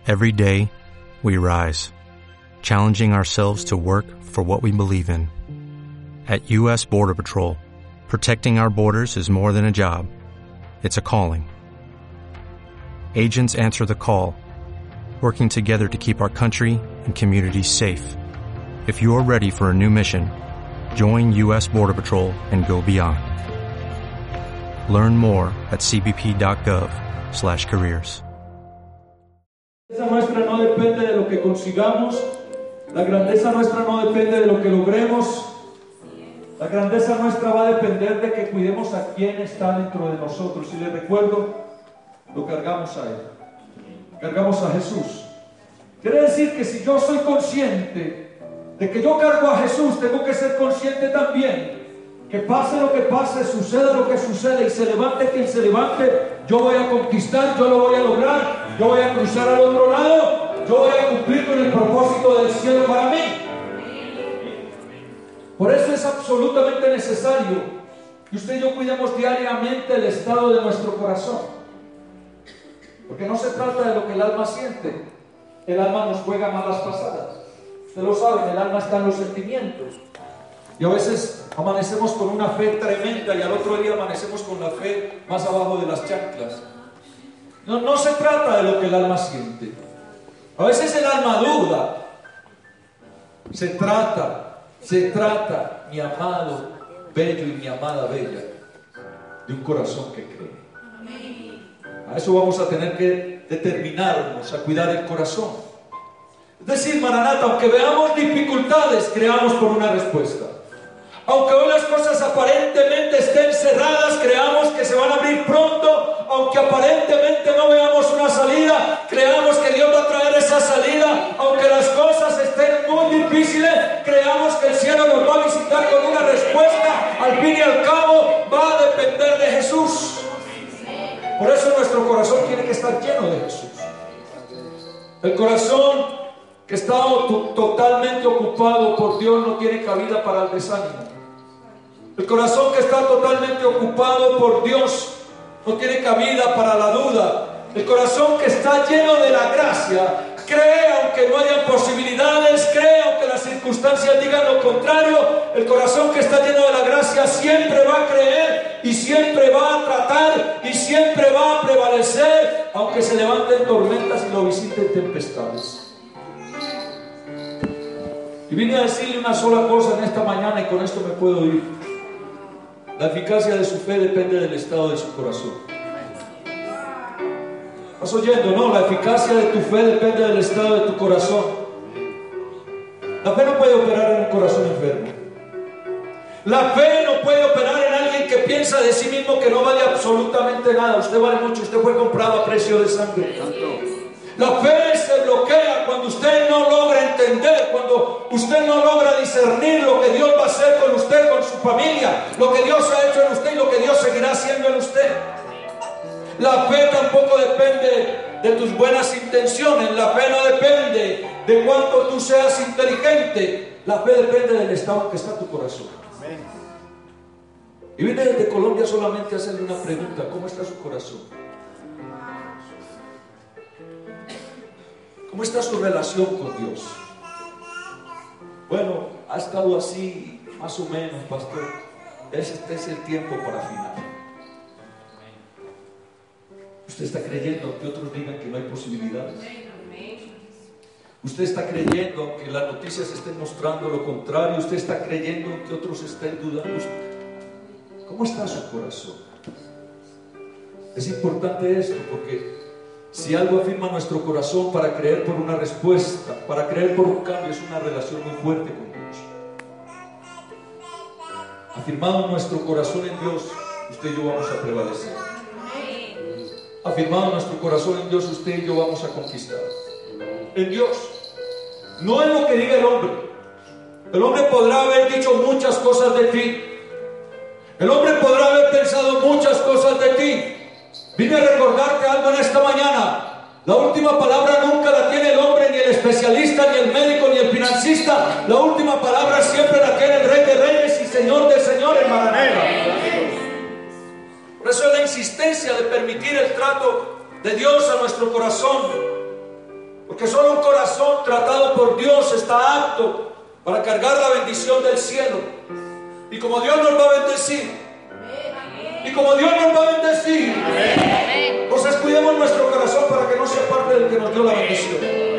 Every day, we rise, challenging ourselves to work for what we believe in. At U.S. Border Patrol, protecting our borders is more than a job. It's a calling. Agents answer the call, working together to keep our country and communities safe. If you are ready for a new mission, join U.S. Border Patrol and go beyond. Learn more at cbp.gov/careers. La grandeza nuestra no depende de lo que consigamos, la grandeza nuestra no depende de lo que logremos, la grandeza nuestra va a depender de que cuidemos a quien está dentro de nosotros. Y les recuerdo, lo cargamos a Él, cargamos a Jesús. Quiere decir que si yo soy consciente de que yo cargo a Jesús, tengo que ser consciente también que pase lo que pase, suceda lo que suceda y se levante quien se levante, yo voy a conquistar, yo lo voy a lograr, yo voy a cruzar al otro lado, yo voy a cumplir con el propósito del cielo para mí. Por eso es absolutamente necesario que usted y yo cuidemos diariamente el estado de nuestro corazón, porque no se trata de lo que el alma siente. El alma nos juega malas pasadas, usted lo sabe, en el alma están los sentimientos. Y a veces amanecemos con una fe tremenda y al otro día amanecemos con la fe más abajo de las chanclas. No se trata de lo que el alma siente. A veces el alma duda. Se trata, mi amado bello y mi amada bella, de un corazón que cree. A eso vamos a tener que determinarnos, a cuidar el corazón. Es decir, Maranata, aunque veamos dificultades, creamos por una respuesta. Aunque hoy las cosas aparentemente estén cerradas, creamos que se van a abrir pronto. Aunque aparentemente no veamos una salida, creamos que Dios va a traer esa salida. Aunque las cosas estén muy difíciles, creamos que el cielo nos va a visitar con una respuesta. Al fin y al cabo, va a depender de Jesús. Por eso nuestro corazón tiene que estar lleno de Jesús. El corazón que está totalmente ocupado por Dios no tiene cabida para el desánimo. El corazón que está totalmente ocupado por Dios no tiene cabida para la duda. El corazón que está lleno de la gracia cree aunque no hayan posibilidades, cree aunque las circunstancias digan lo contrario. El corazón que está lleno de la gracia siempre va a creer y siempre va a tratar y siempre va a prevalecer aunque se levanten tormentas y lo visiten tempestades. Y vine a decirle una sola cosa en esta mañana y con esto me puedo ir. La eficacia de su fe depende del estado de su corazón. ¿Estás oyendo? No, la eficacia de tu fe depende del estado de tu corazón. La fe no puede operar en un corazón enfermo. La fe no puede operar en alguien que piensa de sí mismo que no vale absolutamente nada. Usted vale mucho, usted fue comprado a precio de sangre. La fe se bloquea cuando usted no logra entender, cuando usted no logra discernir lo que Dios va a hacer con usted, con su familia, lo que Dios ha hecho en usted y lo que Dios seguirá haciendo en usted. La fe tampoco depende de tus buenas intenciones, la fe no depende de cuánto tú seas inteligente, la fe depende del estado en que está tu corazón. Y vine desde Colombia solamente a hacerle una pregunta: ¿cómo está su corazón? ¿Cómo está su relación con Dios? Bueno, ha estado así, más o menos, pastor. Este es el tiempo para afinar. Usted está creyendo que otros digan que no hay posibilidades. Usted está creyendo que las noticias estén mostrando lo contrario. Usted está creyendo que otros estén dudando. ¿Cómo está su corazón? Es importante esto porque si algo afirma nuestro corazón para creer por una respuesta, para creer por un cambio, es una relación muy fuerte con Dios. Afirmado nuestro corazón en Dios, usted y yo vamos a prevalecer. Afirmado nuestro corazón en Dios, usted y yo vamos a conquistar. En Dios, no en lo que diga el hombre. El hombre podrá haber dicho muchas cosas de ti. El hombre podrá haber pensado muchas cosas de ti. Vine a recordarte algo en esta mañana. La última palabra nunca la tiene el hombre, ni el especialista, ni el médico, ni el financista. La última palabra siempre la tiene el Rey de Reyes y Señor de Señores, Maranela. Por eso es la insistencia de permitir el trato de Dios a nuestro corazón. Porque solo un corazón tratado por Dios está apto para cargar la bendición del cielo. Y como Dios nos va a bendecir, entonces cuidemos nuestro corazón para que no sea parte del que nos dio la bendición.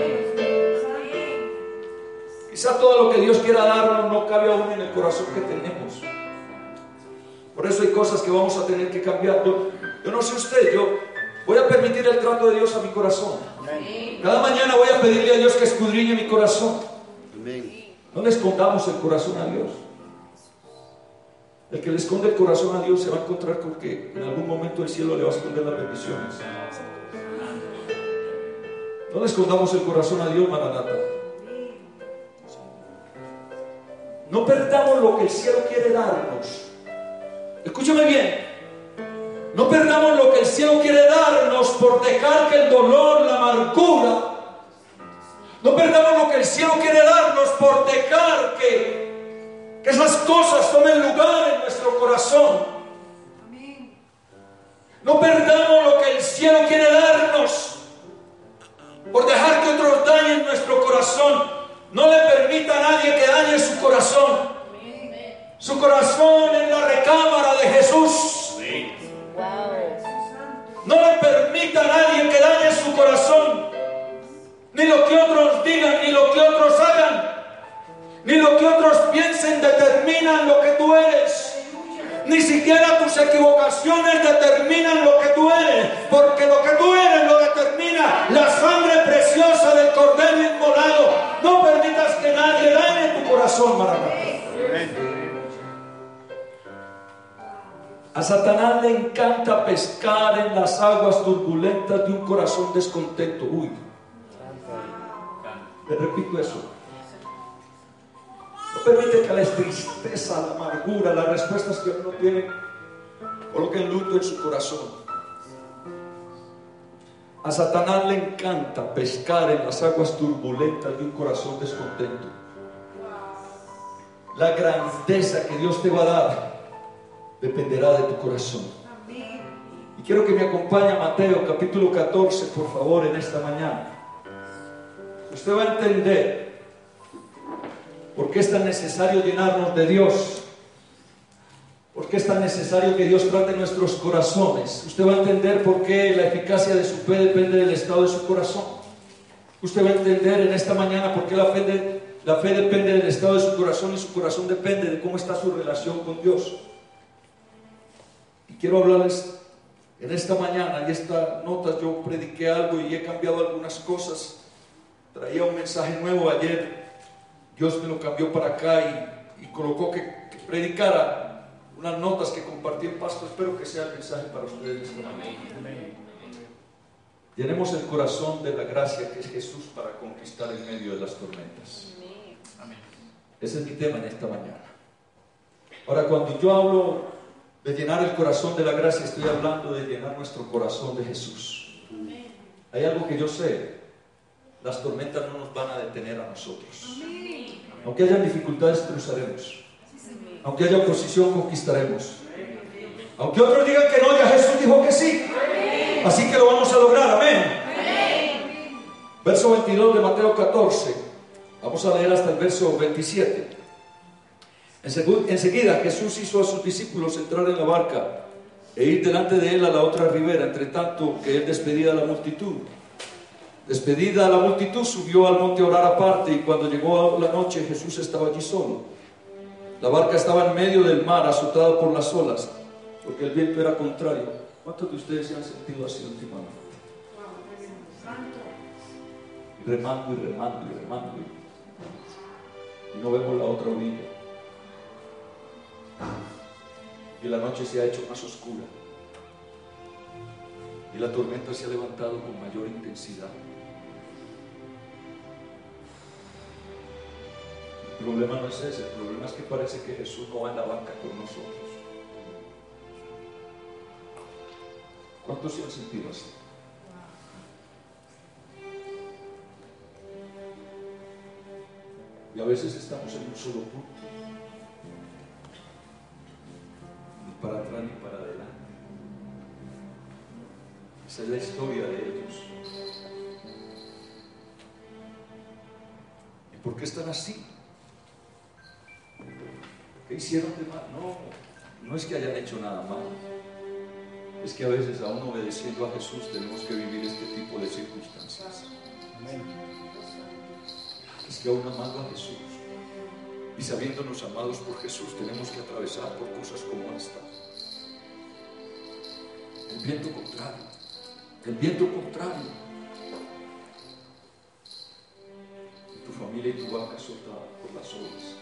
Quizá todo lo que Dios quiera darnos no cabe aún en el corazón que tenemos. Por eso hay cosas que vamos a tener que cambiar. Yo no sé usted, yo voy a permitir el trato de Dios a mi corazón. Cada mañana voy a pedirle a Dios que escudriñe mi corazón. No le escondamos el corazón a Dios. El que le esconde el corazón a Dios se va a encontrar con que en algún momento el cielo le va a esconder las bendiciones. No le escondamos el corazón a Dios, Maranata. No perdamos lo que el cielo quiere darnos. Escúchame bien. No perdamos lo que el cielo quiere darnos por dejar que el dolor, la amargura, no perdamos lo que el cielo quiere darnos por dejar que esas cosas tomen lugar en nuestro corazón. No perdamos lo que el cielo quiere darnos por dejar que otros dañen nuestro corazón. No le permita a nadie que dañe su corazón. Su corazón es la recámara de Jesús. No le permita a nadie que dañe su corazón. Ni lo que otros digan, ni lo que otros hagan, ni lo que otros piensen determinan lo que tú eres. Ni siquiera tus equivocaciones determinan lo que tú eres, porque lo que tú eres lo determina la sangre preciosa del Cordero inmolado. No permitas que nadie dañe tu corazón, Maranata. A Satanás le encanta pescar en las aguas turbulentas de un corazón descontento. Uy, le repito eso. No permite que la tristeza, la amargura, las respuestas que uno tiene coloquen luto en su corazón. A Satanás le encanta pescar en las aguas turbulentas de un corazón descontento. La grandeza que Dios te va a dar dependerá de tu corazón. Y quiero que me acompañe a Mateo capítulo 14, por favor, en esta mañana. Usted va a entender por qué es tan necesario llenarnos de Dios, por qué es tan necesario que Dios trate nuestros corazones. Usted va a entender por qué la eficacia de su fe depende del estado de su corazón. Usted va a entender en esta mañana por qué la fe depende del estado de su corazón y su corazón depende de cómo está su relación con Dios. Y quiero hablarles en esta mañana, y estas notas yo prediqué algo y he cambiado algunas cosas. Traía un mensaje nuevo ayer, Dios me lo cambió para acá y colocó que predicara unas notas que compartí en Pasto. Espero que sea el mensaje para ustedes esta mañana. Llenemos el corazón de la gracia que es Jesús para conquistar en medio de las tormentas. Ese es mi tema en esta mañana. Ahora, cuando yo hablo de llenar el corazón de la gracia, estoy hablando de llenar nuestro corazón de Jesús. Hay algo que yo sé: las tormentas no nos van a detener a nosotros. Aunque haya dificultades, cruzaremos. Aunque haya oposición, conquistaremos. Aunque otros digan que no, ya Jesús dijo que sí. Así que lo vamos a lograr, amén. Verso 22 de Mateo 14. Vamos a leer hasta el verso 27. Enseguida Jesús hizo a sus discípulos entrar en la barca e ir delante de él a la otra ribera, entre tanto que él despedía a la multitud. Despedida a la multitud, subió al monte a orar aparte, y cuando llegó la noche, Jesús estaba allí solo. La barca estaba en medio del mar, azotada por las olas, porque el viento era contrario. ¿Cuántos de ustedes se han sentido así últimamente? Remando y remando y remando, y no vemos la otra orilla. Y la noche se ha hecho más oscura, y la tormenta se ha levantado con mayor intensidad. El problema no es ese, el problema es que parece que Jesús no va en la barca con nosotros. ¿Cuántos se han sentido así? Y a veces estamos en un solo punto, ni para atrás ni para adelante. Esa es la historia de ellos. ¿Por qué están así? ¿Qué hicieron de mal? No es que hayan hecho nada mal. Es que a veces, aún obedeciendo a Jesús, tenemos que vivir este tipo de circunstancias. Es que aún amando a Jesús y sabiéndonos amados por Jesús, tenemos que atravesar por cosas como esta. El viento contrario. El viento contrario. Tu familia y tu vaca soltada por las olas.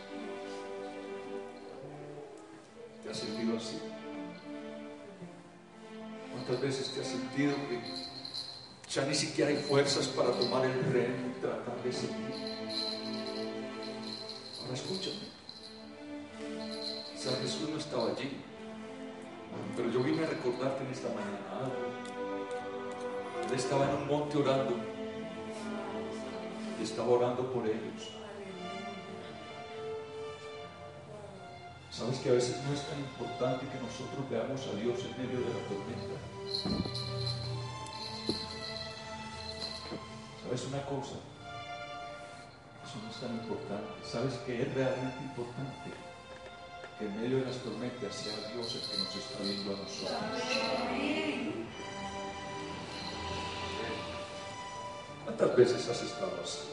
¿Te has sentido así? ¿Cuántas veces te has sentido que ya ni siquiera hay fuerzas para tomar el remo y tratar de seguir? Ahora escúchame. Quizás Jesús no estaba allí, pero yo vine a recordarte en esta mañana algo. Él estaba en un monte orando y estaba orando por ellos. ¿Sabes que a veces no es tan importante que nosotros veamos a Dios en medio de la tormenta? ¿Sabes una cosa? Eso no es tan importante. ¿Sabes que es realmente importante? Que en medio de las tormentas sea Dios el que nos está viendo a nosotros. ¿Cuántas veces has estado así?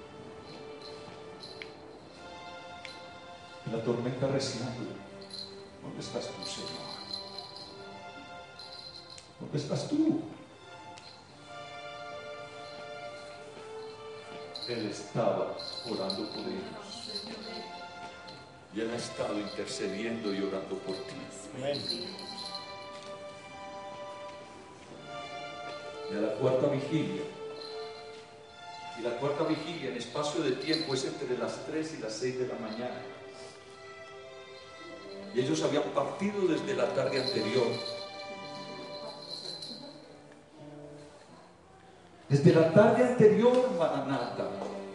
La tormenta recinando. ¿Dónde estás tú, Señor? ¿Dónde estás tú? Él estaba orando por ellos. Y Él ha estado intercediendo y orando por ti. Amén. Y a la cuarta vigilia. Y la cuarta vigilia en espacio de tiempo es entre las 3 y las 6 de la mañana. Y ellos habían partido desde la tarde anterior. Desde la tarde anterior, Maranata.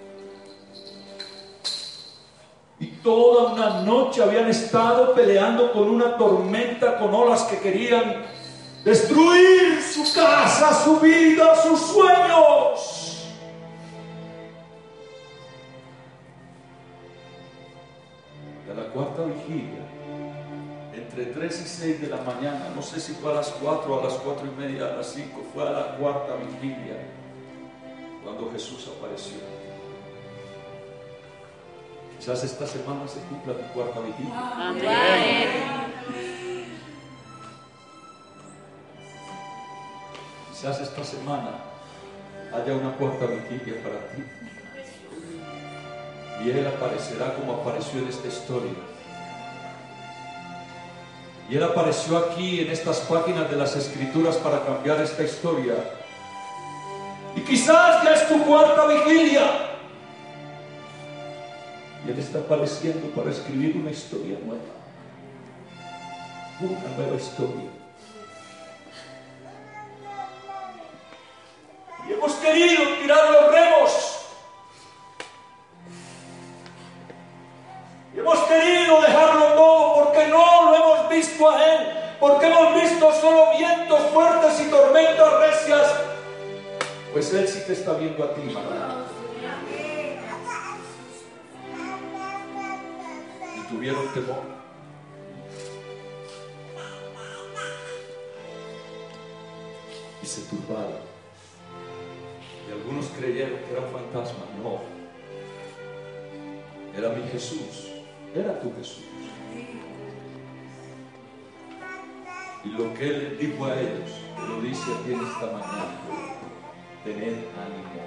Y toda una noche habían estado peleando con una tormenta, con olas que querían destruir su casa, su vida, sus sueños. Y a la cuarta vigilia, entre 3 y 6 de la mañana, no sé si fue a las 4, a las 4 y media, a las 5, fue a la cuarta vigilia cuando Jesús apareció. Quizás esta semana se cumpla tu cuarta vigilia. Amén. Quizás esta semana haya una cuarta vigilia para ti. Y Él aparecerá como apareció en esta historia. Y Él apareció aquí en estas páginas de las Escrituras para cambiar esta historia. Y quizás ya es tu cuarta vigilia. Y Él está apareciendo para escribir una historia nueva. Una nueva historia. Y hemos querido tirar los remos. Y hemos querido dejarlo todo porque no lo hemos visto a Él. Porque hemos visto solo vientos fuertes y tormentas recias. Pues Él sí te está viendo a ti, Maranata. Y tuvieron temor. Y se turbaron. Y algunos creyeron que era un fantasma. No. Era mi Jesús. Era tu Jesús. Y lo que Él les dijo a ellos, lo dice aquí en esta mañana. Tened ánimo.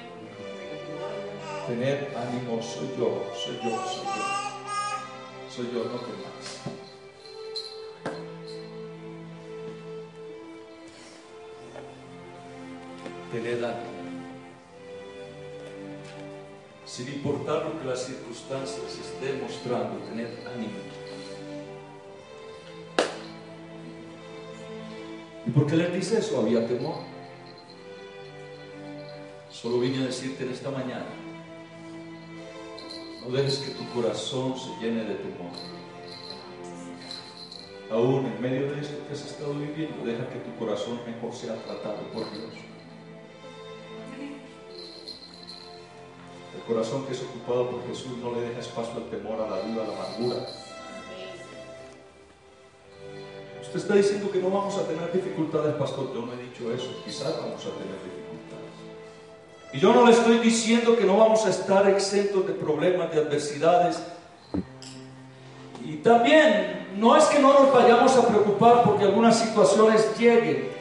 Tened ánimo, soy yo, soy yo, soy yo. Soy yo, no temas. Tened ánimo. Sin importar lo que las circunstancias estén mostrando, tened ánimo. ¿Y por qué les dice eso? Había temor. Solo vine a decirte en esta mañana, no dejes que tu corazón se llene de temor. Aún en medio de esto que has estado viviendo, deja que tu corazón mejor sea tratado por Dios. El corazón que es ocupado por Jesús no le deja espacio al temor, a la duda, a la amargura. Usted está diciendo que no vamos a tener dificultades, pastor. Yo no he dicho eso. Quizás vamos a tener dificultades. Y yo no le estoy diciendo que no vamos a estar exentos de problemas, de adversidades. Y también no es que no nos vayamos a preocupar porque algunas situaciones lleguen.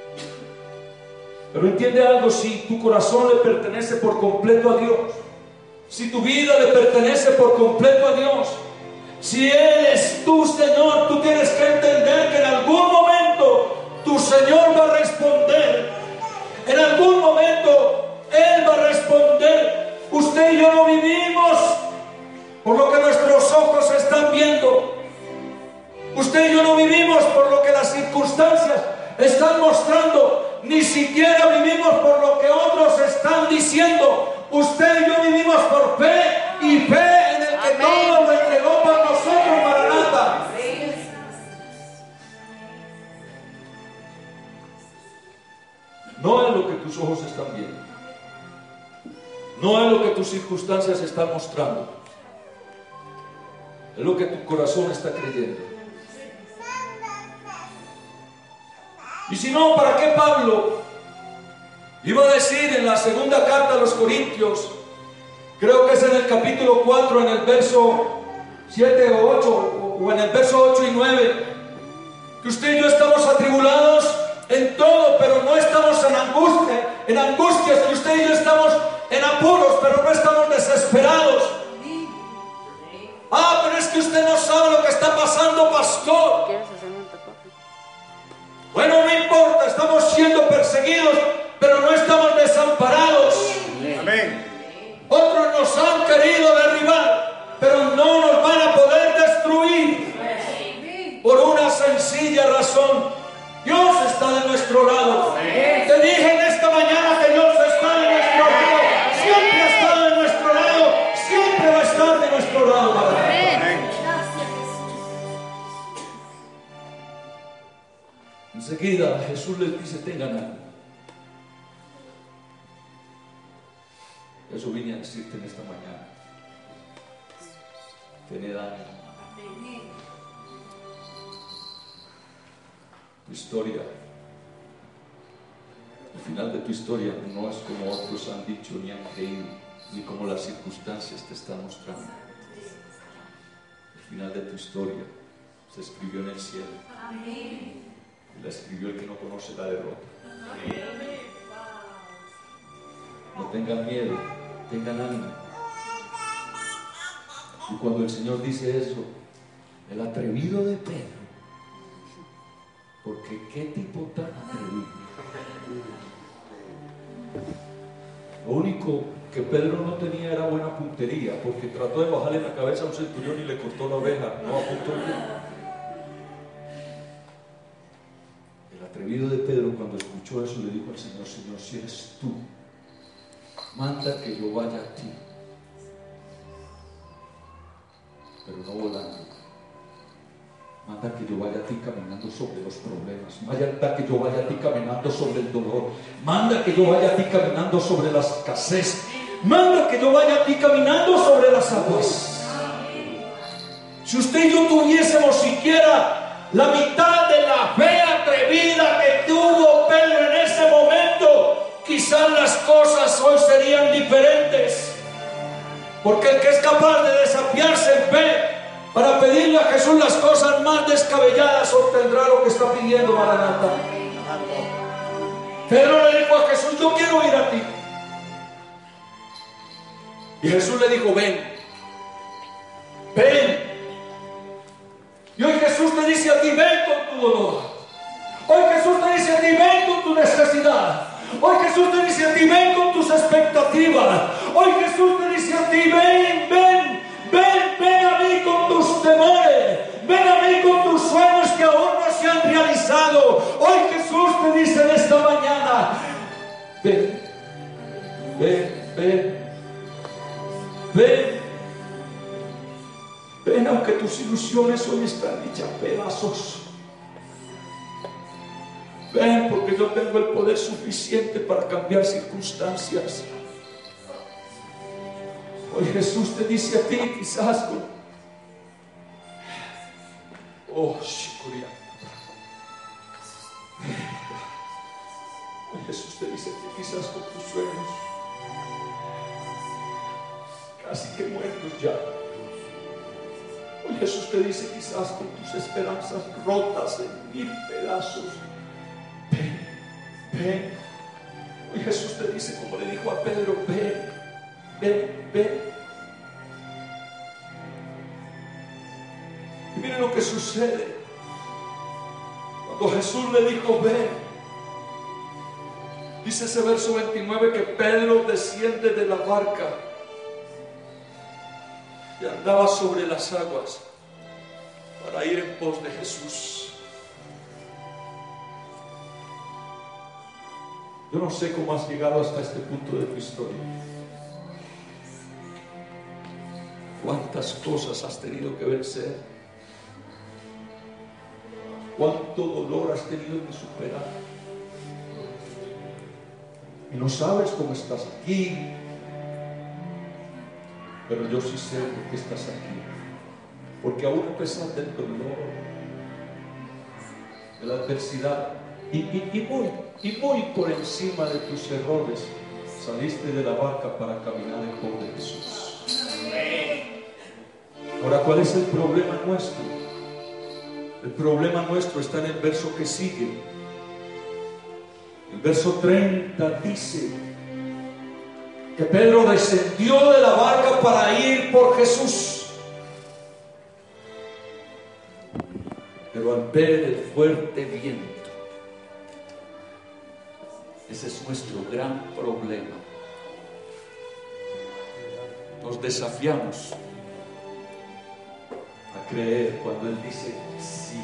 Pero entiende algo, si tu corazón le pertenece por completo a Dios, si tu vida le pertenece por completo a Dios, si Él es tu Señor, tú tienes que entender que en algún momento tu Señor va a responder. En algún momento Él va a responder. Usted y yo no vivimos por lo que nuestros ojos están viendo. Usted y yo no vivimos por lo que las circunstancias están mostrando. Ni siquiera vivimos por lo que otros están diciendo. Usted y yo vivimos por fe, y fe en el que todo lo entregó por nosotros, Maranata. No es lo que tus ojos están viendo, no es lo que tus circunstancias están mostrando, es lo que tu corazón está creyendo. Y si no, ¿para qué Pablo iba a decir en la segunda carta a los Corintios, creo que es en el capítulo 4, en el verso 7 o 8, o en el verso 8 y 9, que usted y yo estamos atribulados en todo, pero no estamos en angustias, que usted y yo estamos en apuros, pero no estamos desesperados? Ah, pero es que usted no sabe lo que está pasando, pastor. Bueno, no importa, estamos siendo perseguidos, pero no estamos desamparados. Amén. Otros nos han querido derribar, pero no nos van a poder destruir. Por una sencilla razón: Dios está de nuestro lado. Te dije en esta mañana que Dios está de nuestro lado. Siempre ha estado de nuestro lado, siempre va a estar de nuestro lado. Enseguida Jesús les dice: tengan ánimo. Eso vine a decirte en esta mañana. Tened ánimo. Tu historia, el final de tu historia no es como otros han dicho ni han creído, ni como las circunstancias te están mostrando. El final de tu historia se escribió en el cielo. Amén. Y la escribió el que no conoce la derrota. Amén. No tengan miedo, tengan ánimo. Y cuando el Señor dice eso, el atrevido de Pedro, porque qué tipo tan atrevido. Lo único que Pedro no tenía era buena puntería, porque trató de bajarle la cabeza a un centurión y le cortó la oreja, no apuntó bien. El atrevido de Pedro, cuando escuchó eso, le dijo al Señor: Señor, si eres tú, manda que yo vaya a ti, pero no volando. Manda que yo vaya a ti caminando sobre los problemas. Manda que yo vaya a ti caminando sobre el dolor. Manda que yo vaya a ti caminando sobre la escasez. Manda que yo vaya a ti caminando sobre las aguas. Si usted y yo tuviésemos siquiera la mitad de la fe atrevida que tuvo Pedro en ese momento, quizás las cosas hoy serían diferentes. Porque el que es capaz de desafiarse en fe para pedirle a Jesús las cosas más descabelladas, obtendrá lo que está pidiendo, Maranata. Pedro le dijo a Jesús: yo quiero ir a ti. Y Jesús le dijo: ven, ven. Y hoy Jesús te dice a ti: ven con tu dolor. Hoy Jesús te dice a ti: ven con tu necesidad. Hoy Jesús te dice a ti: ven con tus expectativas. Hoy Jesús te dice a ti: ven, ven. Ven a mí con tus temores, ven a mí con tus sueños que aún no se han realizado. Hoy Jesús te dice en esta mañana: ven, ven, ven, ven, ven, aunque tus ilusiones hoy están hechas pedazos. Ven, porque yo tengo el poder suficiente para cambiar circunstancias. Hoy Jesús te dice a ti, quizás, oh, Shikuria. Hoy Jesús te dice a ti, quizás con tus sueños casi que muertos ya. Hoy Jesús te dice, quizás con tus esperanzas rotas en 1000 pedazos. Ven, ven. Hoy Jesús te dice, como le dijo a Pedro, ven, ven, ven. Y miren lo que sucede. Cuando Jesús le dijo, ven, dice ese verso 29 que Pedro desciende de la barca y andaba sobre las aguas para ir en pos de Jesús. Yo no sé cómo has llegado hasta este punto de tu historia. Cuántas cosas has tenido que vencer. Cuánto dolor has tenido que superar. Y no sabes cómo estás aquí. Pero yo sí sé por qué estás aquí. Porque aún a pesar del dolor, de la adversidad, y muy por encima de tus errores, saliste de la barca para caminar en pos de Jesús. Ahora, ¿cuál es el problema nuestro? El problema nuestro está en el verso que sigue. El verso 30 dice que Pedro descendió de la barca para ir por Jesús. Pero al ver el fuerte viento, ese es nuestro gran problema. Nos desafiamos a creer cuando Él dice sí.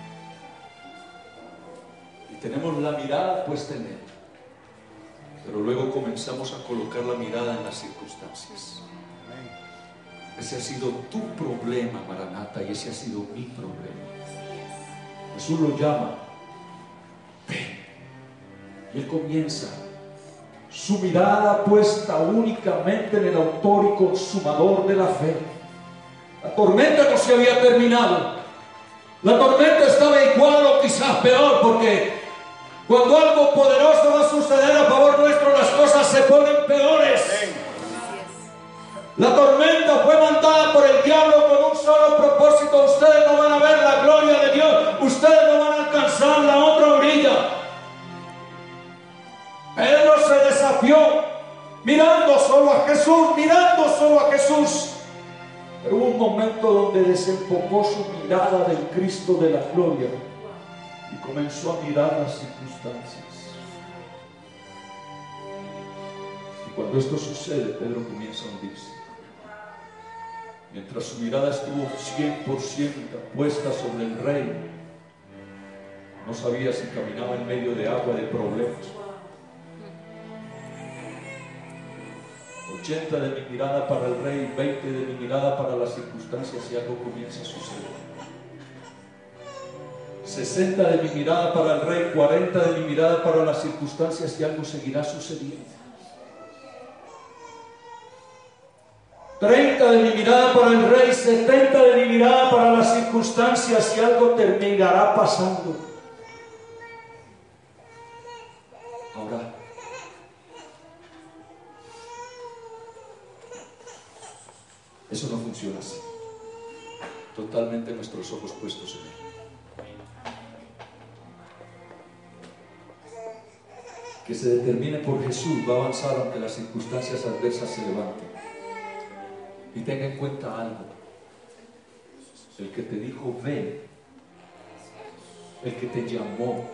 Y tenemos la mirada puesta en Él. Pero luego comenzamos a colocar la mirada en las circunstancias. Ese ha sido tu problema, Maranata, y ese ha sido mi problema. Jesús lo llama, ven. Y Él comienza su mirada puesta únicamente en el autor y consumador de la fe. La tormenta no se había terminado. La tormenta estaba igual o quizás peor, porque cuando algo poderoso va a suceder a favor nuestro, las cosas se ponen peores. La tormenta fue mandada por el diablo con un solo propósito: ustedes no van a ver la gloria de Dios, ustedes no van a alcanzar la otra orilla. Pedro se desafió mirando solo a Jesús, mirando solo a Jesús. Pero hubo un momento donde desenfocó su mirada del Cristo de la gloria y comenzó a mirar las circunstancias. Y cuando esto sucede, Pedro comienza a hundirse. Mientras su mirada estuvo 100% puesta sobre el rey, no sabía si caminaba en medio de agua, de problemas. 80 de mi mirada para el rey, 20 de mi mirada para las circunstancias, y algo comienza a suceder. 60 de mi mirada para el rey, 40 de mi mirada para las circunstancias, y algo seguirá sucediendo. 30 de mi mirada para el rey, 70 de mi mirada para las circunstancias, y algo terminará pasando. Ahora, eso no funciona así. Totalmente nuestros ojos puestos en Él. Que se determine por Jesús va a avanzar aunque las circunstancias adversas se levanten. Y tenga en cuenta algo: el que te dijo ven, el que te llamó,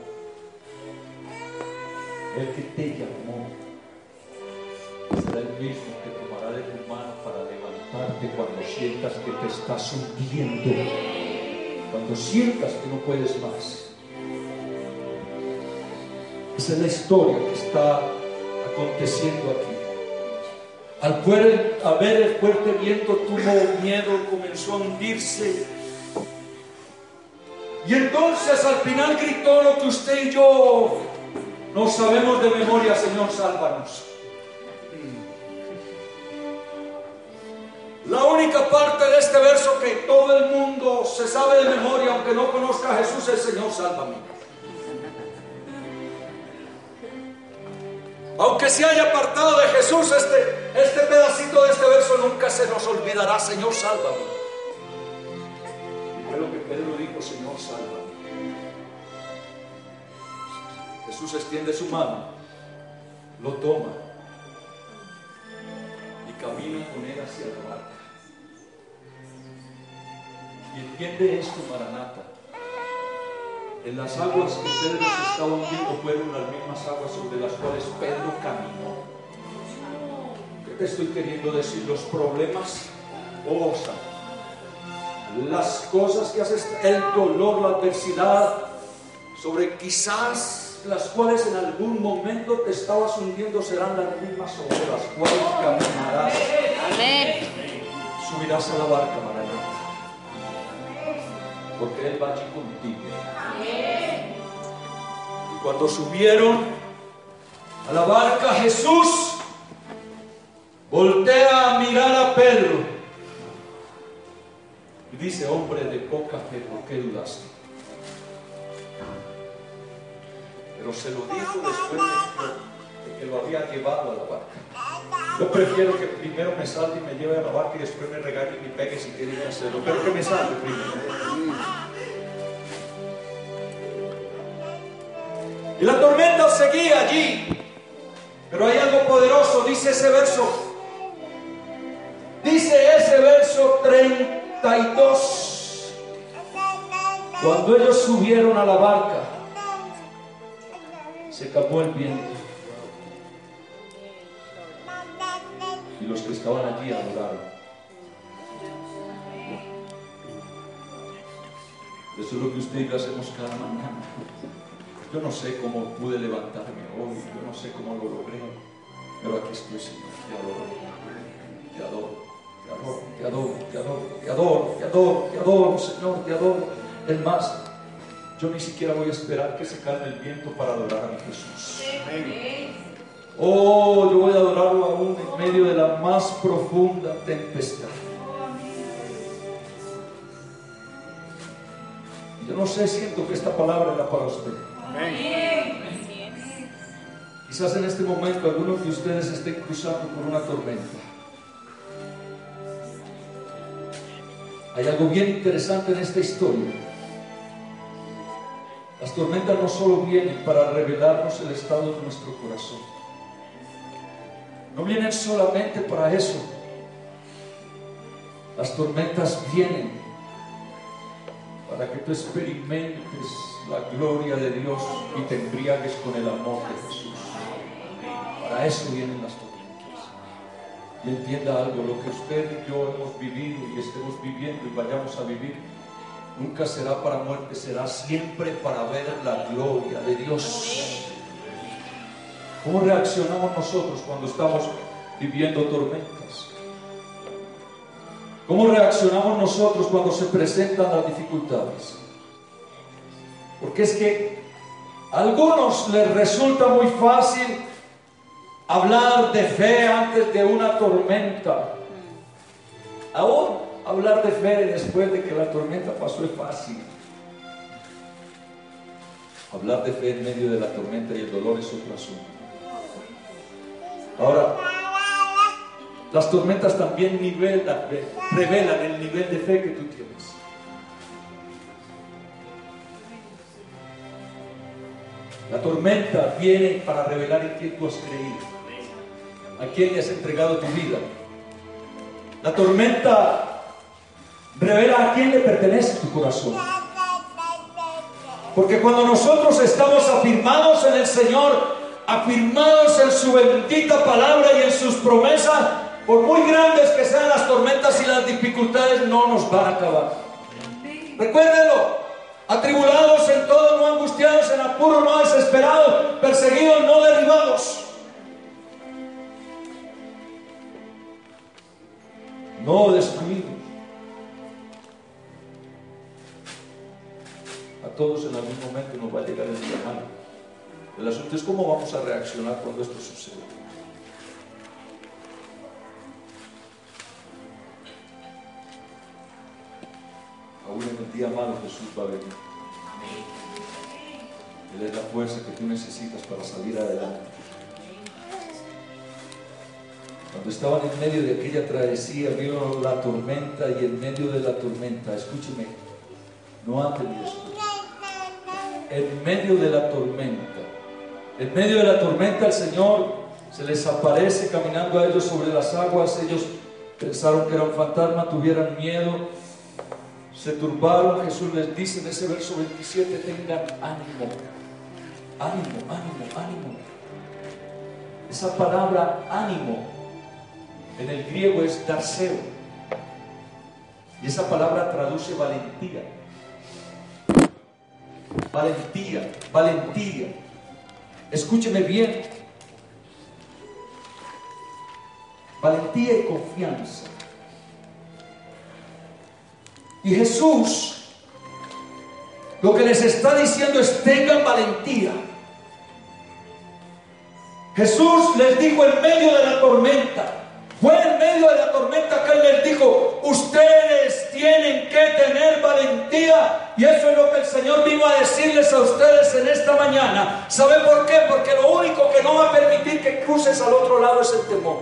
será el mismo que tomará de tu mano para levantarte cuando sientas que te estás hundiendo, cuando sientas que no puedes más. Esa es la historia que está aconteciendo aquí. Al ver el fuerte viento, tuvo miedo, comenzó a hundirse. Y entonces al final gritó lo que usted y yo no sabemos de memoria: Señor, sálvanos. única parte de este verso que todo el mundo se sabe de memoria, aunque no conozca a Jesús, es Señor, sálvame. Aunque se haya apartado de Jesús, este pedacito de este verso nunca se nos olvidará. Señor, sálvame. Y fue lo que Pedro dijo: Señor, sálvame. Jesús extiende su mano, lo toma y camina con él hacia la barca. Y entiende esto, Maranata. En las aguas que Pedro se estaba hundiendo fueron las mismas aguas sobre las cuales Pedro caminó. ¿Qué te estoy queriendo decir? Los problemas, las cosas que haces, el dolor, la adversidad, sobre quizás las cuales en algún momento te estabas hundiendo, serán las mismas sobre las cuales caminarás. Amén. Subirás a la barca, Maranata, porque Él va allí contigo. Y cuando subieron a la barca, Jesús voltea a mirar a Pedro y dice: hombre de poca fe, ¿por qué dudaste? Pero se lo dijo después de que lo había llevado a la barca. Yo prefiero que primero me salte y me lleve a la barca y después me regañe y me pegue si quiere que hacerlo, pero que me salte primero. Y la tormenta seguía allí, pero hay algo poderoso. Dice ese verso 32. Cuando ellos subieron a la barca, se calmó el viento, y los que estaban allí adoraron. Eso es lo que usted y yo hacemos cada mañana. Yo no sé cómo pude levantarme hoy, yo no sé cómo lo logré, pero aquí estoy, Señor. Te adoro, te adoro, te adoro, te adoro, te adoro, te adoro, te adoro, Señor, te adoro. Es más, yo ni siquiera voy a esperar que se calme el viento para adorar a mi Jesús. Oh, yo voy a adorarlo aún en medio de la más profunda tempestad. Yo no sé, siento que esta palabra era para usted. Quizás en este momento algunos de ustedes estén cruzando por una tormenta. Hay algo bien interesante en esta historia. Las tormentas no solo vienen para revelarnos el estado de nuestro corazón. No vienen solamente para eso. Las tormentas vienen para que tú experimentes la gloria de Dios y te embriagues con el amor de Jesús. Para eso vienen las tormentas. Y entienda algo: lo que usted y yo hemos vivido y estemos viviendo y vayamos a vivir, nunca será para muerte, será siempre para ver la gloria de Dios. ¿Cómo reaccionamos nosotros cuando estamos viviendo tormentas? ¿Cómo reaccionamos nosotros cuando se presentan las dificultades? Porque es que a algunos les resulta muy fácil hablar de fe antes de una tormenta. Aún hablar de fe después de que la tormenta pasó es fácil. Hablar de fe en medio de la tormenta y el dolor es otro asunto. Ahora, las tormentas también revelan el nivel de fe que tú tienes. La tormenta viene para revelar en quién tú has creído, a quién le has entregado tu vida. La tormenta revela a quién le pertenece tu corazón. Porque cuando nosotros estamos afirmados en el Señor, afirmados en su bendita palabra y en sus promesas, por muy grandes que sean las tormentas y las dificultades, no nos van a acabar. Recuérdenlo: atribulados en todo, no angustiados, en apuro, no desesperados, perseguidos, no derribados. No destruidos. A todos en algún momento nos va a llegar el día malo. El asunto es cómo vamos a reaccionar cuando esto suceda. el día malo Jesús va a venir. Él es la fuerza que tú necesitas para salir adelante. Cuando estaban en medio de aquella travesía, vio la tormenta, y en medio de la tormenta, escúcheme, no antes ni después, en medio de la tormenta el Señor se les aparece caminando a ellos sobre las aguas. Ellos pensaron que era un fantasma, tuvieron miedo, se turbaron. Jesús les dice en ese verso 27, tengan ánimo, ánimo, ánimo, ánimo. Esa palabra ánimo en el griego es darseo, y esa palabra traduce valentía. Valentía, valentía. Escúcheme bien. Valentía y confianza. Y Jesús lo que les está diciendo es: tengan valentía. Jesús les dijo en medio de la tormenta, fue en medio de la tormenta que Él les dijo: ustedes tienen que tener valentía. Y eso es lo que el Señor vino a decirles a ustedes en esta mañana. ¿Sabe por qué? Porque lo único que no va a permitir que cruces al otro lado es el temor.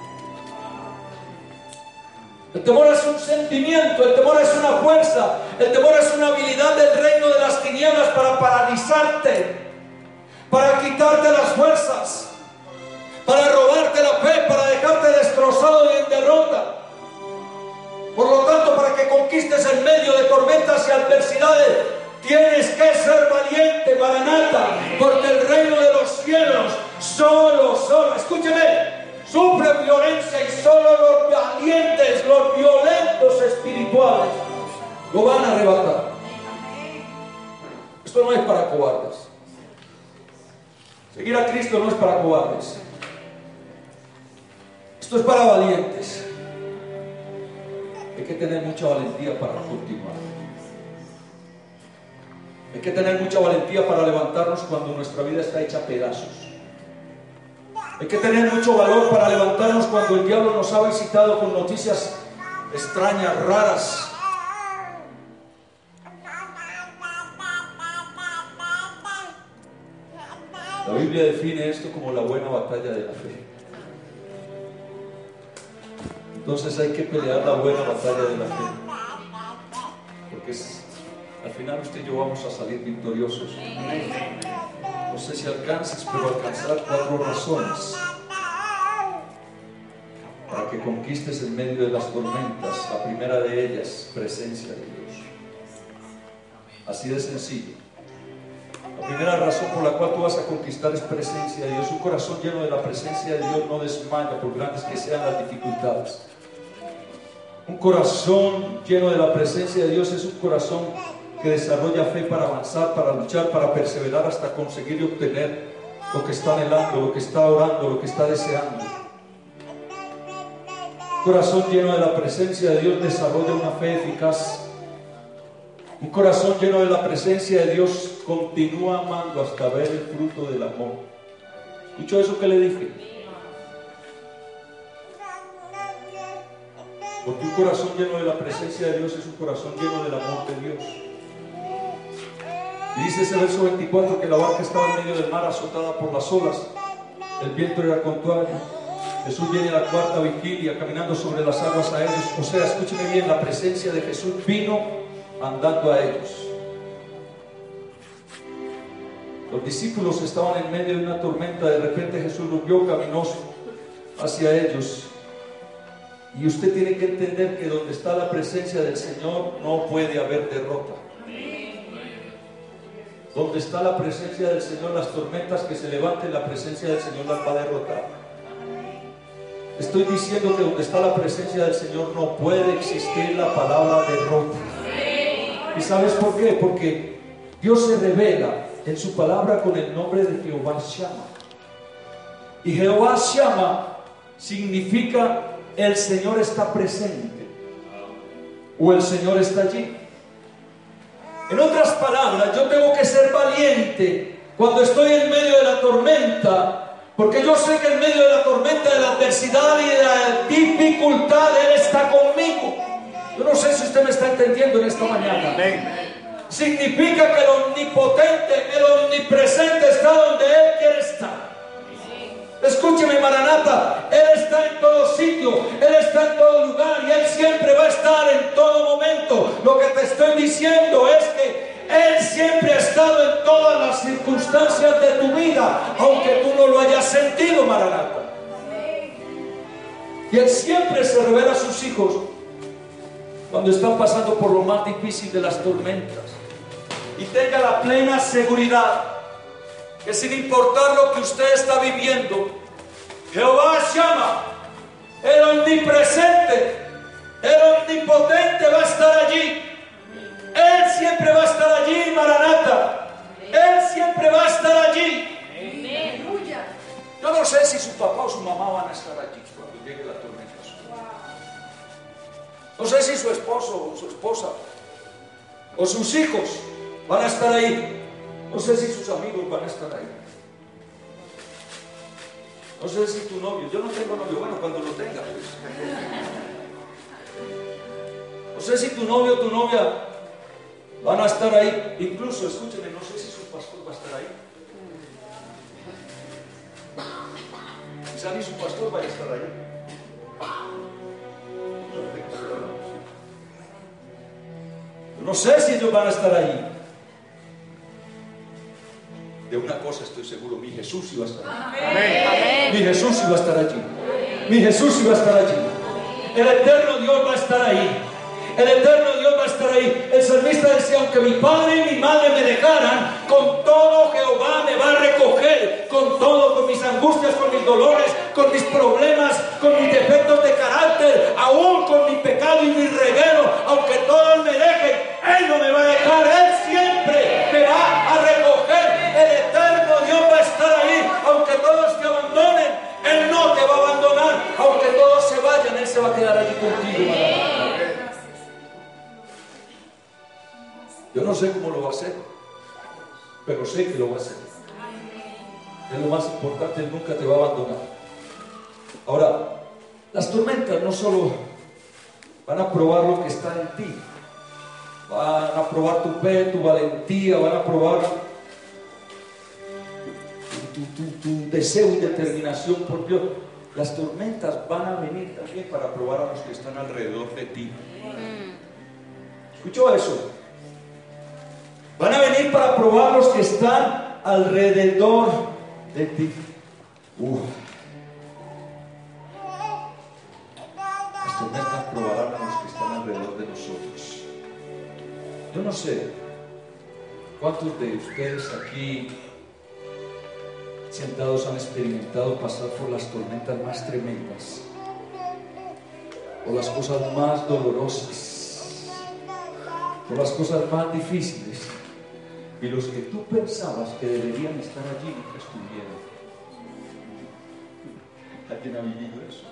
El temor es un sentimiento, el temor es una fuerza, el temor es una habilidad del reino de las tinieblas para paralizarte, para quitarte las fuerzas, para robarte la fe, para dejarte destrozado y en derrota. Por lo tanto, para que conquistes en medio de tormentas y adversidades, tienes que ser valiente, Maranata, porque el reino de los cielos solo, escúcheme, sufre violencia, y solo los valientes, los violentos espirituales lo van a arrebatar. Esto no es para cobardes. Seguir a Cristo no es para cobardes. Esto es para valientes. Hay que tener mucha valentía para continuar. Hay que tener mucha valentía para levantarnos cuando nuestra vida está hecha a pedazos. Hay que tener mucho valor para levantarnos cuando el diablo nos ha visitado con noticias extrañas, raras. La Biblia define esto como la buena batalla de la fe. Entonces hay que pelear la buena batalla de la fe, porque al final usted y yo vamos a salir victoriosos. No sé si alcances, pero alcanzar 4 razones para que conquistes en medio de las tormentas. La primera de ellas, presencia de Dios. Así de sencillo. La primera razón por la cual tú vas a conquistar es presencia de Dios. Un corazón lleno de la presencia de Dios no desmaya, por grandes que sean las dificultades. Un corazón lleno de la presencia de Dios es un corazón que desarrolla fe para avanzar, para luchar, para perseverar hasta conseguir y obtener lo que está anhelando, lo que está orando, lo que está deseando. Un corazón lleno de la presencia de Dios desarrolla una fe eficaz. Un corazón lleno de la presencia de Dios continúa amando hasta ver el fruto del amor. ¿Escuchó eso que le dije? Porque un corazón lleno de la presencia de Dios es un corazón lleno del amor de Dios. Y dice ese verso 24 que la barca estaba en medio del mar azotada por las olas. El viento era contrario. Jesús viene a la 4ª vigilia caminando sobre las aguas a ellos. O sea, escúcheme bien, la presencia de Jesús vino andando a ellos. Los discípulos estaban en medio de una tormenta. De repente Jesús los vio, caminó hacia ellos. Y usted tiene que entender que donde está la presencia del Señor no puede haber derrota. Donde está la presencia del Señor, las tormentas que se levanten, la presencia del Señor las va a derrotar. Estoy diciendo que donde está la presencia del Señor no puede existir la palabra derrota. ¿Y sabes por qué? Porque Dios se revela en su palabra con el nombre de Jehová Shammah. Y Jehová Shammah significa el Señor está presente, o el Señor está allí. En otras palabras, yo tengo que ser valiente cuando estoy en medio de la tormenta, porque yo sé que en medio de la tormenta, de la adversidad y de la dificultad, Él está conmigo. Yo no sé si usted usted me está entendiendo en esta mañana. Significa que el omnipotente, el omnipresente está donde Él quiere estar. Escúcheme, Maranata, Él está en todo sitio, Él está en todo lugar y Él siempre va a estar en todo momento. Lo que te estoy diciendo es que Él siempre ha estado en todas las circunstancias de tu vida, aunque tú no lo hayas sentido, Maranata. Y Él siempre se revela a sus hijos cuando están pasando por lo más difícil de las tormentas. Y tenga la plena seguridad que sin importar lo que usted está viviendo, Jehová llama, el omnipresente, el omnipotente va a estar allí. Él siempre va a estar allí, Maranata. Él siempre va a estar allí. Yo no sé si su papá o su mamá van a estar allí cuando llegue la tormenta. No sé si su esposo o su esposa o sus hijos van a estar ahí. No sé si sus amigos van a estar ahí. No sé si tu novio, yo no tengo novio, bueno, cuando lo tenga, pues. No sé si tu novio o tu novia van a estar ahí. Incluso, escúchenme, no sé si su pastor va a estar ahí. Quizá ni su pastor vaya a estar ahí. No sé si ellos van a estar ahí. De una cosa estoy seguro, mi Jesús iba a estar allí. Amén. Mi Jesús iba a estar allí. Mi Jesús iba a estar allí. El eterno Dios va a estar ahí. El eterno Dios va a estar ahí. El salmista decía, aunque mi padre y mi madre me dejaran, con todo Jehová me va a recoger. Con todo, con mis angustias, con mis dolores, con mis problemas, con mis defectos de carácter, aún con mi pecado y mi reguero, aunque todos me dejen, Él no me va a dejar. Él siempre me va a recoger. El eterno Dios va a estar ahí. Aunque todos te abandonen, Él no te va a abandonar. Aunque todos se vayan, Él se va a quedar allí contigo, hermano. Yo no sé cómo lo va a hacer, pero sé que lo va a hacer. Es lo más importante, Él nunca te va a abandonar. Ahora, las tormentas no solo van a probar lo que está en ti, van a probar tu fe, tu valentía, van a probar tu deseo y determinación por Dios. Las tormentas van a venir también para probar a los que están alrededor de ti. ¿Escuchó eso? Van a venir para probar los que están alrededor de ti. Las tormentas probarán a los que están alrededor de nosotros. Yo no sé cuántos de ustedes aquí sentados han experimentado pasar por las tormentas más tremendas o las cosas más dolorosas o las cosas más difíciles. Y los que tú pensabas que deberían estar allí nunca estuvieron. ¿Alguien ha vivido eso?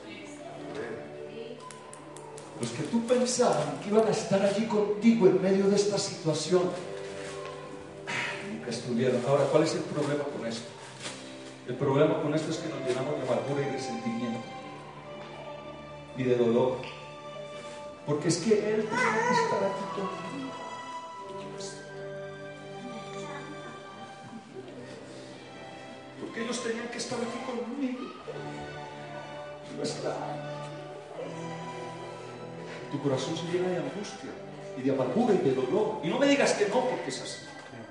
Los que tú pensabas que iban a estar allí contigo en medio de esta situación, nunca estuvieron. Ahora, ¿cuál es el problema con esto? El problema con esto es que nos llenamos de amargura y resentimiento y de dolor. Porque es que Él tiene que estar aquí contigo. Porque ellos tenían que estar aquí conmigo. No está. Tu corazón se llena de angustia y de amargura y de dolor. Y no me digas que no, porque es así.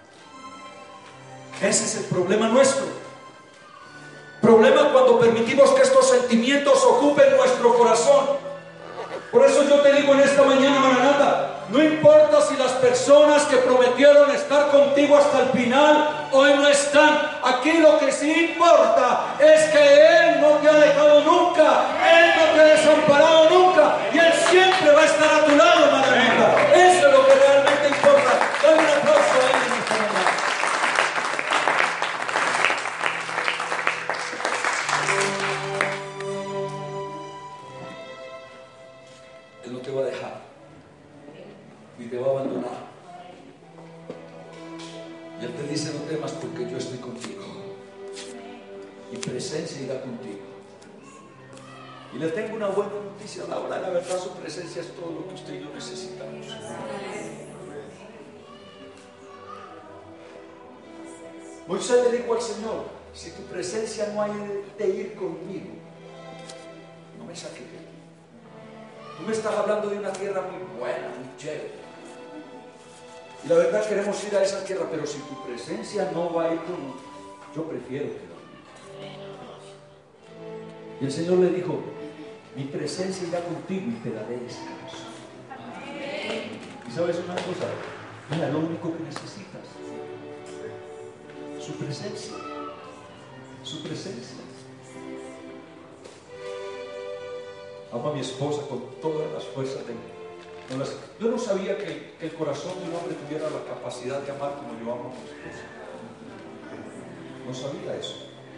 Ese es el problema nuestro. Problema cuando permitimos que estos sentimientos ocupen nuestro corazón. Por eso yo te digo en esta mañana, Maranata, no importa si las personas que prometieron estar contigo hasta el final hoy no están. Aquí lo que sí importa es que Él no te ha dejado nunca, Él no te ha desamparado nunca y Él siempre va a estar a tu lado, Maranata. Eso es lo que realmente importa. Dale un aplauso a Él en esta mañana. Él no te va a dejar ni te va a abandonar. Y Él te dice: no temas, porque yo estoy contigo. Mi presencia irá contigo. Y le tengo una buena noticia: la hora de la verdad, su presencia es todo lo que usted y yo necesitamos. Moisés le dijo al Señor: si tu presencia no hay de ir conmigo, no me saques de aquí. Tú me estás hablando de una tierra muy buena, muy chévere, y la verdad queremos ir a esa tierra, pero si tu presencia no va a ir conmigo, yo prefiero quedarme. Y el Señor le dijo: mi presencia irá contigo y te daré descanso. Y sabes una cosa, mira, lo único que necesitas, su presencia, su presencia. Amo a mi esposa con todas las fuerzas de mí. Yo no sabía que el corazón de un hombre tuviera la capacidad de amar como yo amo a mi esposa. No sabía eso.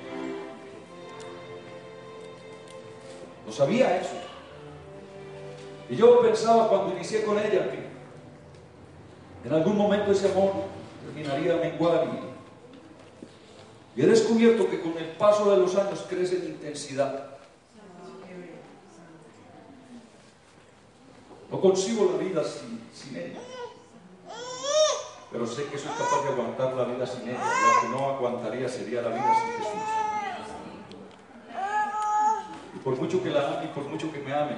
No sabía eso. Y yo pensaba cuando inicié con ella que en algún momento ese amor terminaría de menguar, y he descubierto que con el paso de los años crece en intensidad. No concibo la vida sin ella, pero sé que soy capaz de aguantar la vida sin ella. La que no aguantaría sería la vida sin Jesús. Y por mucho que la ame y por mucho que me ame,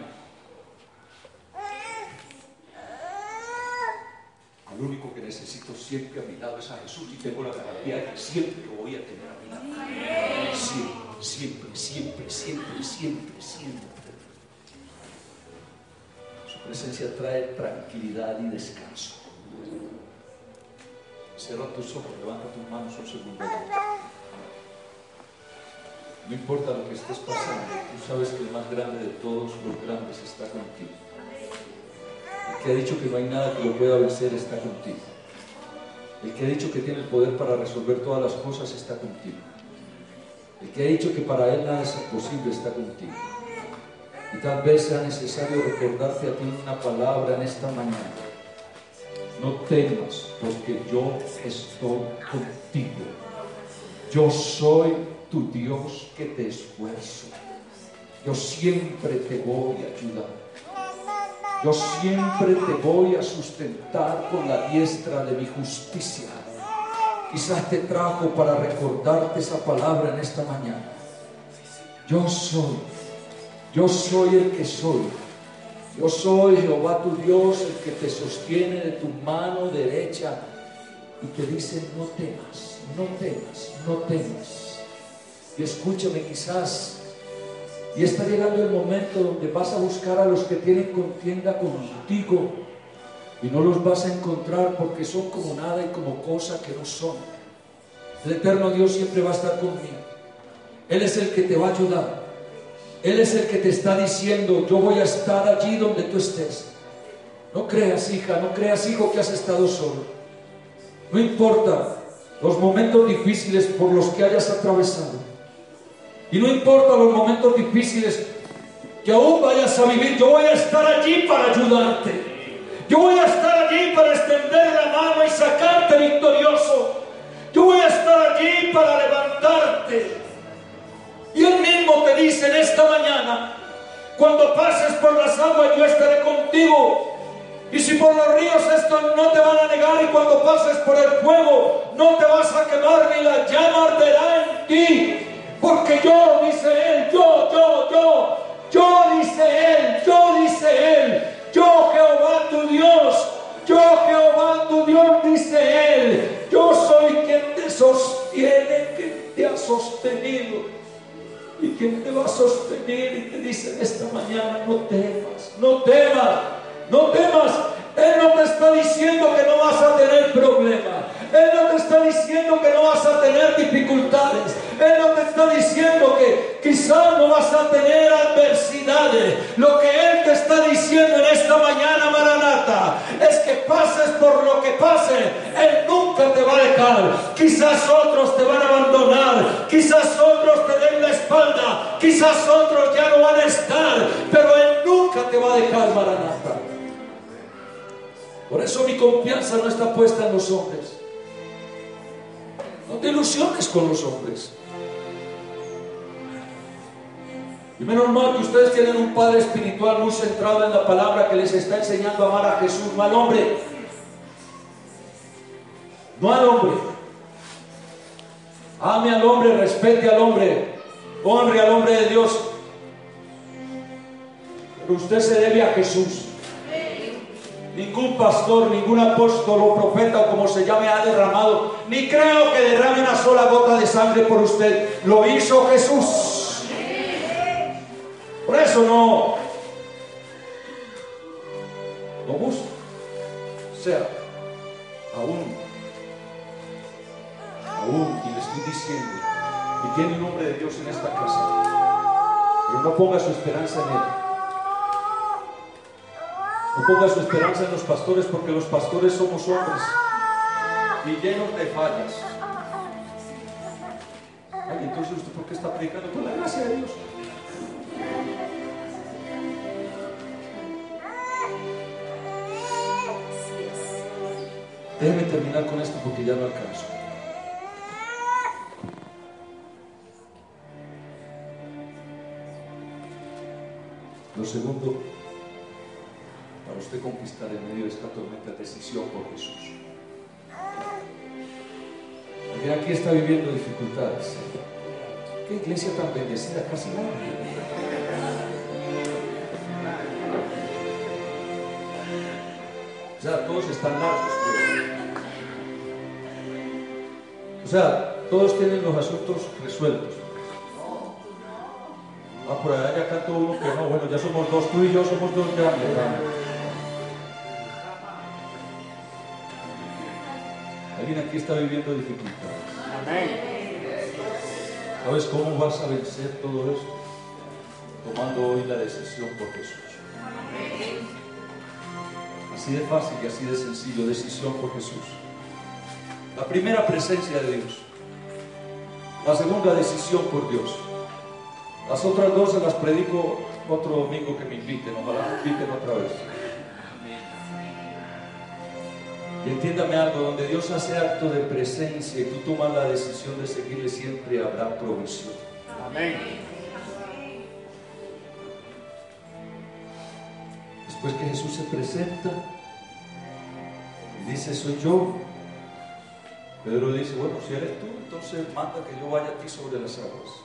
el único que necesito siempre a mi lado es a Jesús, y tengo la garantía de que siempre lo voy a tener a mi lado. Siempre, siempre, siempre, siempre, siempre. Su presencia trae tranquilidad y descanso. Cierra tus ojos, levanta tus manos un segundo. No importa lo que estés pasando, tú sabes que el más grande de todos los grandes está contigo. El que ha dicho que no hay nada que lo pueda vencer está contigo. El que ha dicho que tiene el poder para resolver todas las cosas está contigo. El que ha dicho que para él nada es imposible está contigo. Y tal vez sea necesario recordarte a ti una palabra en esta mañana: no temas, porque yo estoy contigo. Yo soy tu Dios que te esfuerzo. Yo siempre te voy a ayudar. Yo siempre te voy a sustentar con la diestra de mi justicia. Quizás te trajo para recordarte esa palabra en esta mañana. Yo soy el que soy. Yo soy Jehová tu Dios, el que te sostiene de tu mano derecha y te dice: no temas, no temas, no temas. Y escúchame, quizás y está llegando el momento donde vas a buscar a los que tienen contienda contigo y no los vas a encontrar, porque son como nada y como cosa que no son. El eterno Dios siempre va a estar conmigo. Él es el que te va a ayudar. Él es el que te está diciendo: yo voy a estar allí donde tú estés. No creas, hija, no creas, hijo, que has estado solo. No importa los momentos difíciles por los que hayas atravesado, y no importa los momentos difíciles que aún vayas a vivir, yo voy a estar allí para ayudarte. Yo voy a estar allí para extender la mano y sacarte victorioso. Yo voy a estar allí para levantarte. Y Él mismo te dice en esta mañana: cuando pases por las aguas, yo estaré contigo. Y si por los ríos, estos no te van a negar. Y cuando pases por el fuego, no te vas a quemar, ni la llama arderá en ti. Porque yo, dice Él, yo, dice Él, yo Jehová tu Dios, dice Él, yo soy quien te sostiene, quien te ha sostenido y quien te va a sostener. Y te dice en esta mañana: no temas, no temas, no temas. Él no te está diciendo que no vas a tener problemas. Él no te está diciendo que no vas a tener dificultades. Él no te está diciendo que quizás no vas a tener adversidades. Lo que Él te está diciendo en esta mañana, Maranata, es que pases por lo que pases, Él nunca te va a dejar. Quizás otros te van a abandonar, quizás otros te den la espalda, quizás otros ya no van a estar, pero Él nunca te va a dejar, Maranata. Por eso mi confianza no está puesta en los hombres. No te ilusiones con los hombres. Y menos mal que ustedes tienen un padre espiritual muy centrado en la palabra, que les está enseñando a amar a Jesús, no al hombre. No al hombre. Ame al hombre, respete al hombre, honre al hombre de Dios. Pero usted se debe a Jesús. Ningún pastor, ningún apóstol o profeta o como se llame ha derramado, ni creo que derrame una sola gota de sangre por usted. Lo hizo Jesús. Por eso no busca. O sea, aún, y le estoy diciendo, y tiene el nombre de Dios en esta casa, pero no ponga su esperanza en él. No ponga su esperanza en los pastores, porque los pastores somos hombres y llenos de fallas. Ay, entonces usted, ¿por qué está predicando? Por la gracia de Dios. Déjeme terminar con esto porque ya no alcanzo. Lo segundo, para usted conquistar en medio de esta tormenta, decisión por Jesús. Porque aquí está viviendo dificultades. ¿Qué iglesia tan bendecida? Casi nada. O sea, todos están largos. O sea, todos tienen los asuntos resueltos. Ah, por allá ya cantó uno que no, bueno, ya somos dos, tú y yo somos dos grandes. Alguien aquí está viviendo dificultades. ¿Sabes cómo vas a vencer todo esto? Tomando hoy la decisión por Jesús. Así de fácil y así de sencillo, decisión por Jesús. La primera, presencia de Dios. La segunda, decisión por Dios. Las otras dos se las predico otro domingo que me inviten, ojalá me inviten otra vez. Y entiéndame algo, donde Dios hace acto de presencia y tú tomas la decisión de seguirle, siempre habrá provisión. Amén. Después que Jesús se presenta y dice, soy yo, Pedro dice, bueno, si eres tú, entonces manda que yo vaya a ti sobre las aguas.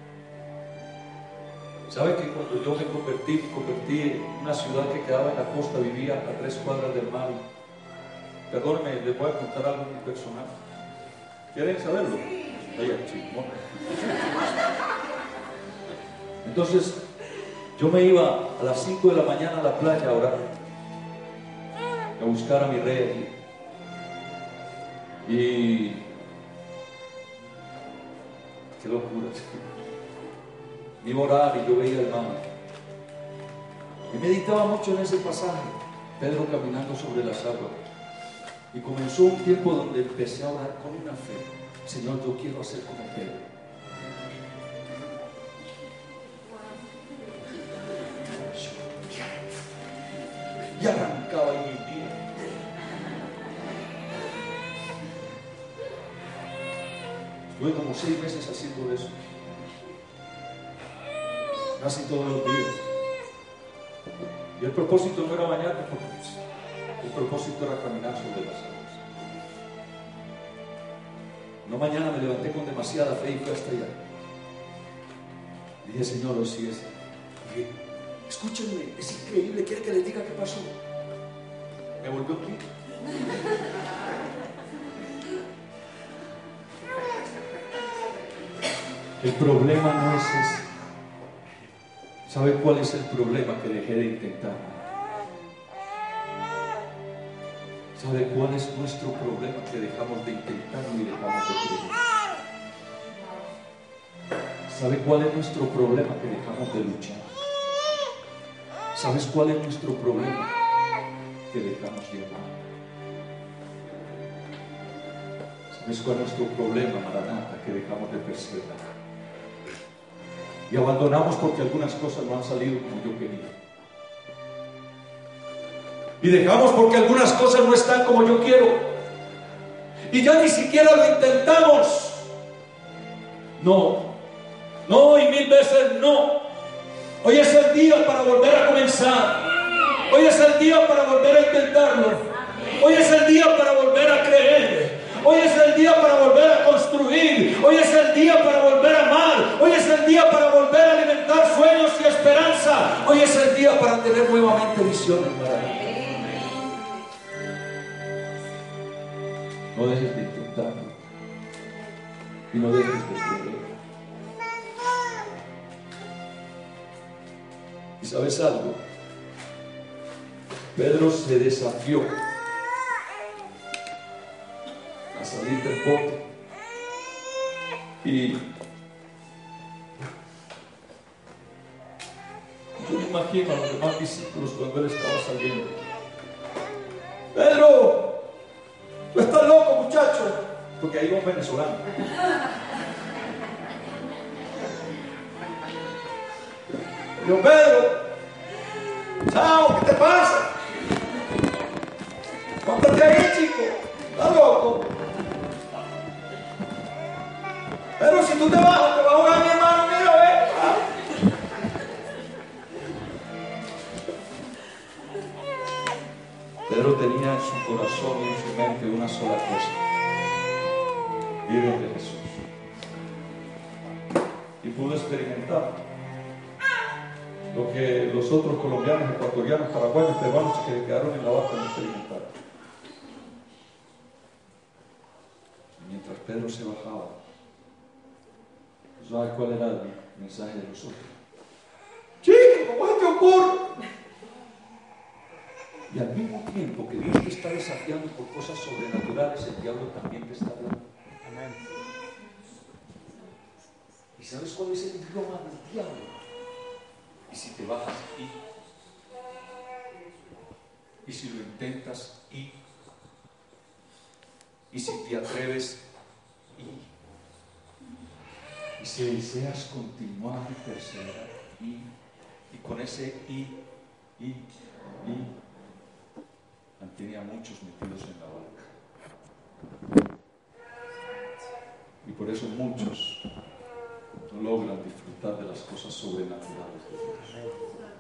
¿Sabe que cuando yo me convertí en una ciudad que quedaba en la costa, vivía a 3 cuadras del mar? Perdónenme, les voy a contar algo muy personal. ¿Quieren saberlo? Entonces, yo me iba a las 5 de la mañana a la playa a orar, a buscar a mi rey allí. Y qué locura. Me iba a orar y yo veía al mar. Y meditaba mucho en ese pasaje, Pedro caminando sobre las aguas. Y comenzó un tiempo donde empecé a orar con una fe. Señor, yo quiero hacer como Pedro. Y arrancaba y mi vida. Estuve como 6 meses haciendo eso. Casi todos los días. Y el propósito no era bañarme, porque el propósito era caminar sobre las aguas. No, mañana me levanté con demasiada fe y fui hasta allá. Dije, Señor, hoy sí es. Dije, escúchenme, es increíble, ¿quiere que les diga qué pasó? Me volvió aquí. El problema no es ese. ¿Sabe cuál es el problema? Que dejé de intentar. ¿Sabe cuál es nuestro problema? Que dejamos de intentarlo y dejamos de creer. ¿Sabe cuál es nuestro problema? Que dejamos de luchar. ¿Sabes cuál es nuestro problema? Que dejamos de amar. ¿Sabes cuál es nuestro problema, Maranata? Que dejamos de perseverar. Y abandonamos porque algunas cosas no han salido como yo quería. Y dejamos porque algunas cosas no están como yo quiero. Y ya ni siquiera lo intentamos. No, no y 1000 veces no. Hoy es el día para volver a comenzar. Hoy es el día para volver a intentarlo. Hoy es el día para volver a creer. Hoy es el día para volver a construir. Hoy es el día para volver a amar. Hoy es el día para volver a alimentar sueños y esperanza. Hoy es el día para tener nuevamente visiones. No dejes de intentarlo. Y no dejes de creer. ¿Y sabes algo? Pedro se desafió a salir del bote. Y yo me imagino a los demás discípulos cuando él estaba saliendo. Pedro, tú estás loco, muchacho. Porque ahí va un venezolano. Yo, Pedro, chao, ¿qué te pasa? Póntate ahí, chico. ¿Estás loco? Pero si tú te bajas, te va a ahogar mi hermano. Mira, ve. Pedro tenía en su corazón y en su mente una sola cosa: ir de Jesús. Y pudo experimentar lo que los otros colombianos, ecuatorianos, paraguayos, peruanos que quedaron en la barca no experimentaron. Y mientras Pedro se bajaba, ¿sabes cuál era el mensaje de los otros? ¡Chico, cómo se te ocurre! Y al mismo tiempo que Dios te está desafiando por cosas sobrenaturales, el diablo también te está hablando. Amén. ¿Y sabes cuál es el idioma del diablo? Y si te bajas, y si lo intentas, y si te atreves, y si deseas continuar y perseverar, y con ese mantiene a muchos metidos en la barca. Y por eso muchos no logran disfrutar de las cosas sobrenaturales de Dios.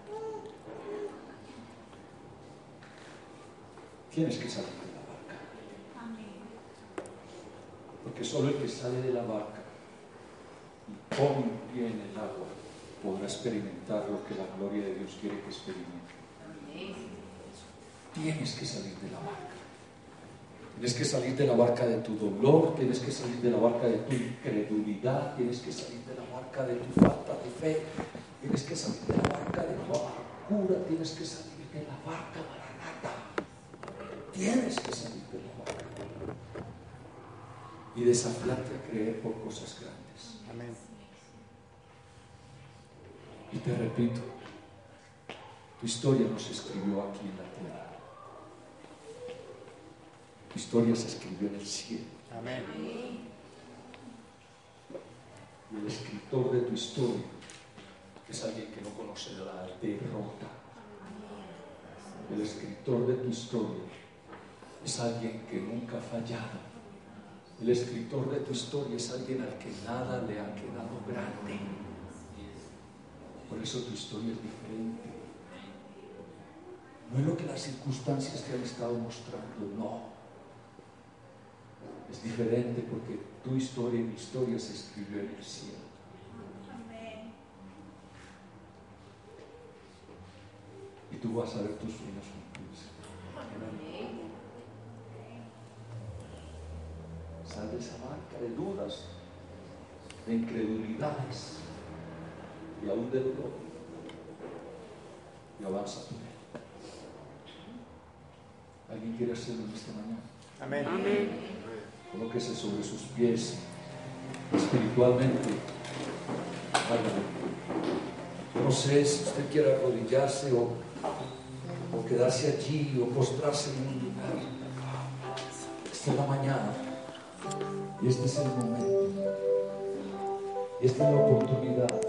Tienes que salir de la barca. Porque solo el que sale de la barca y pone un pie en el agua podrá experimentar lo que la gloria de Dios quiere que experimente. Tienes que salir de la barca. Tienes que salir de la barca de tu dolor, tienes que salir de la barca de tu incredulidad, tienes que salir de la barca de tu falta de fe, tienes que salir de la barca de tu amargura, tienes que salir de la barca Maranata. Tienes que salir de la barca y desafiarte a creer por cosas grandes. Amén. Y te repito, tu historia no se escribió aquí en la tierra. Tu historia se escribió en el cielo. Amén. Y el escritor de tu historia es alguien que no conoce la derrota. El escritor de tu historia es alguien que nunca ha fallado. El escritor de tu historia es alguien al que nada le ha quedado grande. Por eso tu historia es diferente. No es lo que las circunstancias te han estado mostrando, no. Es diferente porque tu historia y mi historia se escribió en el cielo. Amén. Y tú vas a ver tus sueños cumplirse. Amén. Sal de esa barca de dudas, de incredulidades y aún de dolor. Y avanza tu vida. ¿Alguien quiere hacerlo en esta mañana? Amén. Amén. Colóquese sobre sus pies espiritualmente. No sé si usted quiere arrodillarse o quedarse allí o postrarse en un lugar. Esta es la mañana y este es el momento y esta es la oportunidad